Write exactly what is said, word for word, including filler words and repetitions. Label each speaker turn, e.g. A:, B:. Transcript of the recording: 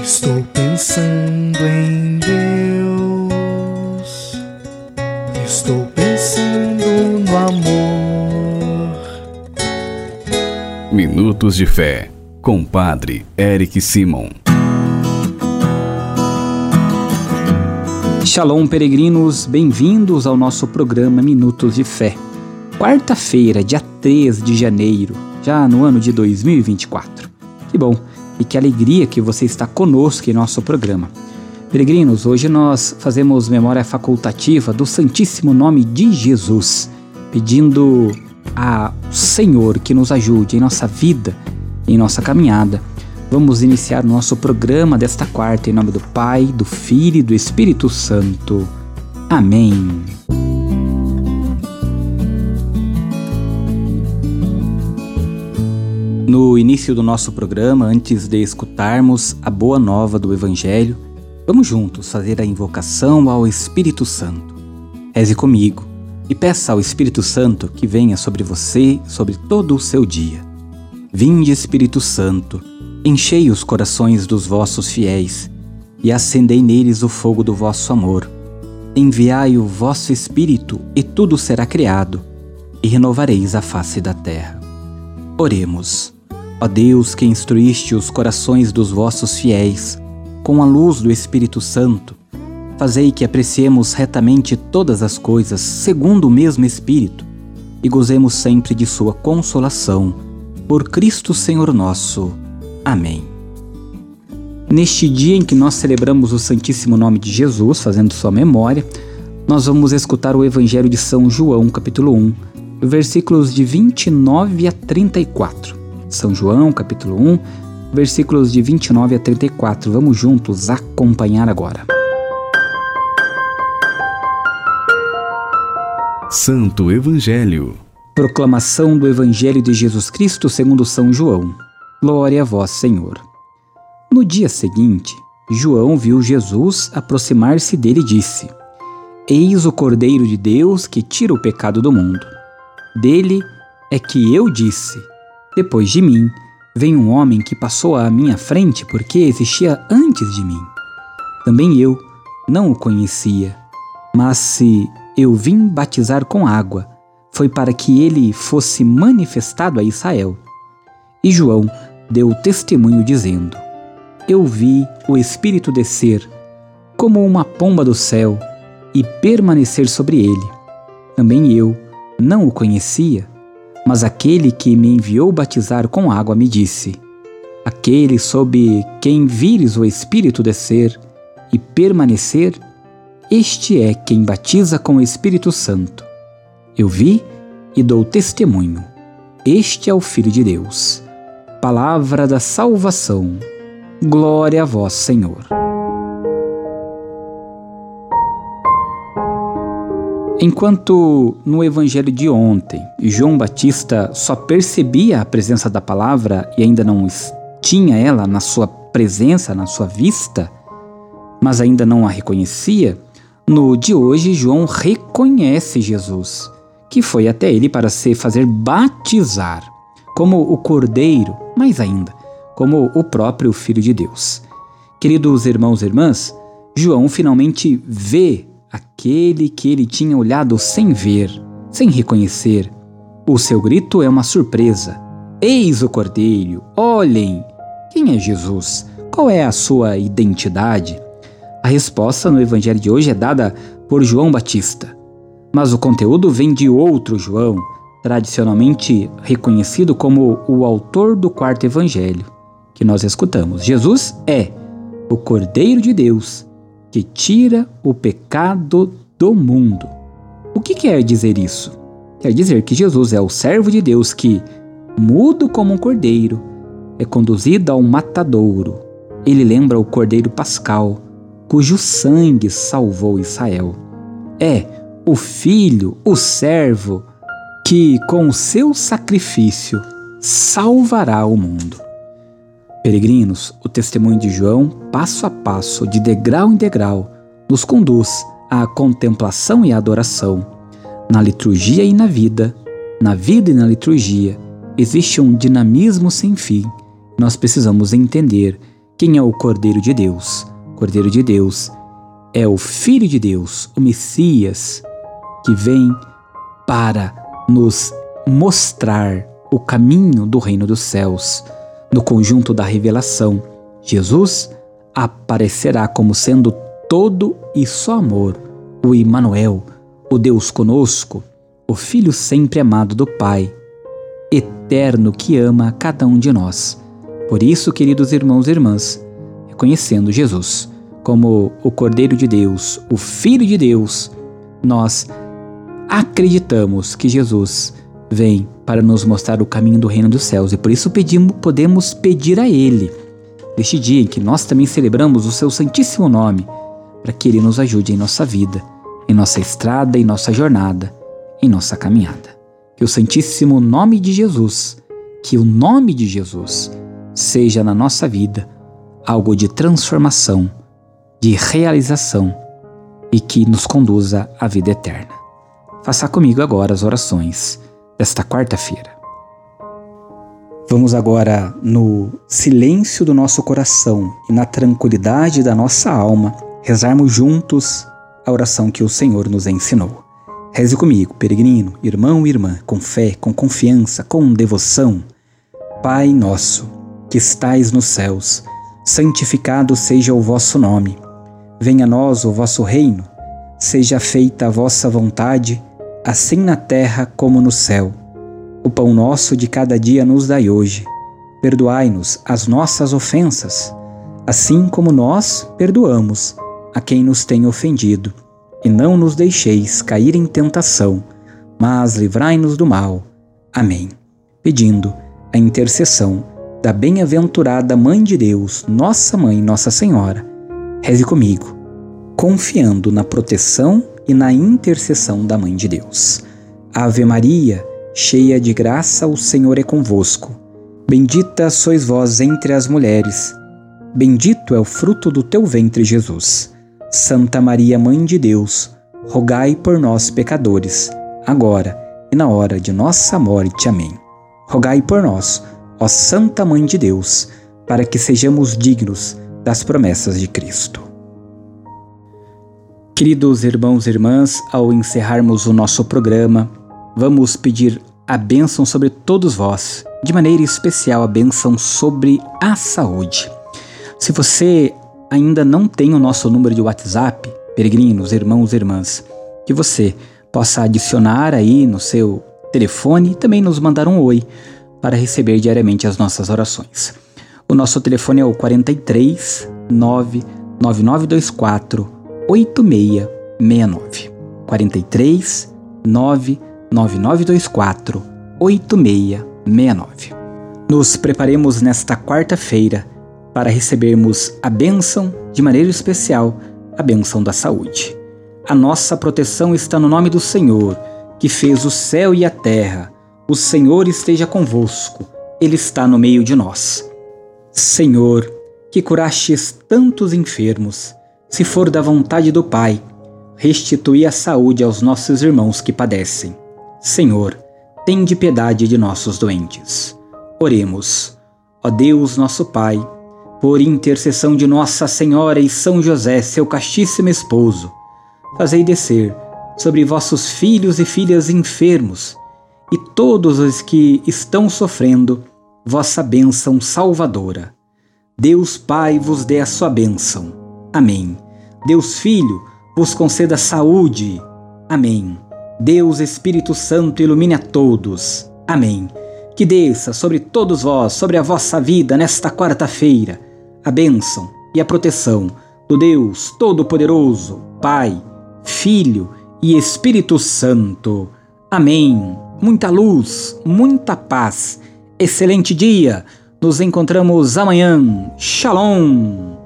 A: Estou pensando em Deus, estou pensando no amor.
B: Minutos de Fé, com Padre Eric Simon.
C: Shalom, peregrinos, bem-vindos ao nosso programa Minutos de Fé. Quarta-feira, dia três de janeiro, já no ano de dois mil e vinte e quatro. Que bom e que alegria que você está conosco em nosso programa. Peregrinos, hoje nós fazemos memória facultativa do Santíssimo Nome de Jesus, pedindo ao Senhor que nos ajude em nossa vida, em nossa caminhada. Vamos iniciar o nosso programa desta quarta em nome do Pai, do Filho e do Espírito Santo. Amém. No início do nosso programa, antes de escutarmos a boa nova do Evangelho, vamos juntos fazer a invocação ao Espírito Santo. Reze comigo e peça ao Espírito Santo que venha sobre você, sobre todo o seu dia. Vinde, Espírito Santo, enchei os corações dos vossos fiéis e acendei neles o fogo do vosso amor. Enviai o vosso Espírito e tudo será criado e renovareis a face da terra. Oremos. Ó Deus, que instruíste os corações dos vossos fiéis com a luz do Espírito Santo, fazei que apreciemos retamente todas as coisas segundo o mesmo Espírito e gozemos sempre de sua consolação. Por Cristo Senhor nosso. Amém. Neste dia em que nós celebramos o Santíssimo Nome de Jesus, fazendo sua memória, nós vamos escutar o Evangelho de São João, capítulo um, versículos de vinte e nove a trinta e quatro. São João, capítulo um, versículos de vinte e nove a trinta e quatro. Vamos juntos acompanhar agora.
B: Santo Evangelho.
C: Proclamação do Evangelho de Jesus Cristo segundo São João. Glória a vós, Senhor. No dia seguinte, João viu Jesus aproximar-se dele e disse: Eis o Cordeiro de Deus que tira o pecado do mundo. Dele é que eu disse: Depois de mim, vem um homem que passou à minha frente porque existia antes de mim. Também eu não o conhecia, mas se eu vim batizar com água, foi para que ele fosse manifestado a Israel. E João deu testemunho dizendo: Eu vi o Espírito descer, como uma pomba do céu, e permanecer sobre ele. Também eu não o conhecia, mas aquele que me enviou batizar com água me disse: Aquele sob quem vires o Espírito descer e permanecer, este é quem batiza com o Espírito Santo. Eu vi e dou testemunho. Este é o Filho de Deus. Palavra da salvação. Glória a vós, Senhor. Enquanto no Evangelho de ontem, João Batista só percebia a presença da palavra e ainda não tinha ela na sua presença, na sua vista, mas ainda não a reconhecia, no de hoje João reconhece Jesus, que foi até ele para se fazer batizar, como o Cordeiro, mais ainda, como o próprio Filho de Deus. Queridos irmãos e irmãs, João finalmente vê aquele que ele tinha olhado sem ver, sem reconhecer. O seu grito é uma surpresa. Eis o Cordeiro, olhem! Quem é Jesus? Qual é a sua identidade? A resposta no Evangelho de hoje é dada por João Batista, mas o conteúdo vem de outro João, tradicionalmente reconhecido como o autor do quarto Evangelho, que nós escutamos. Jesus é o Cordeiro de Deus, que tira o pecado do mundo. O que quer dizer isso? Quer dizer que Jesus é o servo de Deus que, mudo como um cordeiro, é conduzido ao matadouro. Ele lembra o cordeiro pascal, cujo sangue salvou Israel. É o Filho, o servo, que com o seu sacrifício salvará o mundo. Peregrinos, o testemunho de João, passo a passo, de degrau em degrau, nos conduz à contemplação e à adoração. Na liturgia e na vida, na vida e na liturgia, existe um dinamismo sem fim. Nós precisamos entender Quem é o Cordeiro de Deus? O Cordeiro de Deus é o Filho de Deus, o Messias, que vem para nos mostrar o caminho do reino dos céus. No conjunto da revelação, Jesus aparecerá como sendo todo e só amor, o Emmanuel, o Deus conosco, o Filho sempre amado do Pai, eterno que ama a cada um de nós. Por isso, queridos irmãos e irmãs, reconhecendo Jesus como o Cordeiro de Deus, o Filho de Deus, nós acreditamos que Jesus vem para nos mostrar o caminho do reino dos céus, e por isso pedimos, podemos pedir a Ele, neste dia em que nós também celebramos o seu santíssimo nome, para que Ele nos ajude em nossa vida, em nossa estrada, em nossa jornada, em nossa caminhada. Que o santíssimo nome de Jesus, que o nome de Jesus seja na nossa vida algo de transformação, de realização e que nos conduza à vida eterna. Faça comigo agora as orações desta quarta-feira. Vamos agora, no silêncio do nosso coração e na tranquilidade da nossa alma, rezarmos juntos a oração que o Senhor nos ensinou. Reze comigo, peregrino, irmão e irmã, com fé, com confiança, com devoção. Pai nosso, que estais nos céus, santificado seja o vosso nome. Venha a nós o vosso reino. Seja feita a vossa vontade, assim na terra como no céu. O pão nosso de cada dia nos dai hoje. Perdoai-nos as nossas ofensas, assim como nós perdoamos a quem nos tem ofendido. E não nos deixeis cair em tentação, mas livrai-nos do mal. Amém. Pedindo a intercessão da bem-aventurada Mãe de Deus, Nossa Mãe, Nossa Senhora, reze comigo, confiando na proteção e na intercessão da Mãe de Deus. Ave Maria, cheia de graça, o Senhor é convosco. Bendita sois vós entre as mulheres. Bendito é o fruto do teu ventre, Jesus. Santa Maria, Mãe de Deus, rogai por nós, pecadores, agora e na hora de nossa morte. Amém. Rogai por nós, ó Santa Mãe de Deus, para que sejamos dignos das promessas de Cristo. Queridos irmãos e irmãs, ao encerrarmos o nosso programa, vamos pedir a bênção sobre todos vós, de maneira especial a bênção sobre a saúde. Se você ainda não tem o nosso número de WhatsApp, peregrinos, irmãos e irmãs, que você possa adicionar aí no seu telefone e também nos mandar um oi para receber diariamente as nossas orações. O nosso telefone é o quarenta e três, nove nove nove dois quatro, oito seis seis nove. quarenta e três, nove nove nove dois quatro, oito seis seis nove. Nos preparemos nesta quarta-feira para recebermos a bênção, de maneira especial, a bênção da saúde. A nossa proteção está no nome do Senhor, que fez o céu e a terra. O Senhor esteja convosco, Ele está no meio de nós. Senhor, que curastes tantos enfermos, se for da vontade do Pai, restitui a saúde aos nossos irmãos que padecem. Senhor, tende piedade de nossos doentes. Oremos. Ó Deus, nosso Pai, por intercessão de Nossa Senhora e São José, seu castíssimo esposo, fazei descer sobre vossos filhos e filhas enfermos e todos os que estão sofrendo vossa bênção salvadora. Deus Pai vos dê a sua bênção. Amém. Deus Filho vos conceda saúde. Amém. Deus Espírito Santo ilumine a todos. Amém. Que desça sobre todos vós, sobre a vossa vida nesta quarta-feira, a bênção e a proteção do Deus Todo-Poderoso, Pai, Filho e Espírito Santo. Amém. Muita luz, muita paz. Excelente dia. Nos encontramos amanhã. Shalom.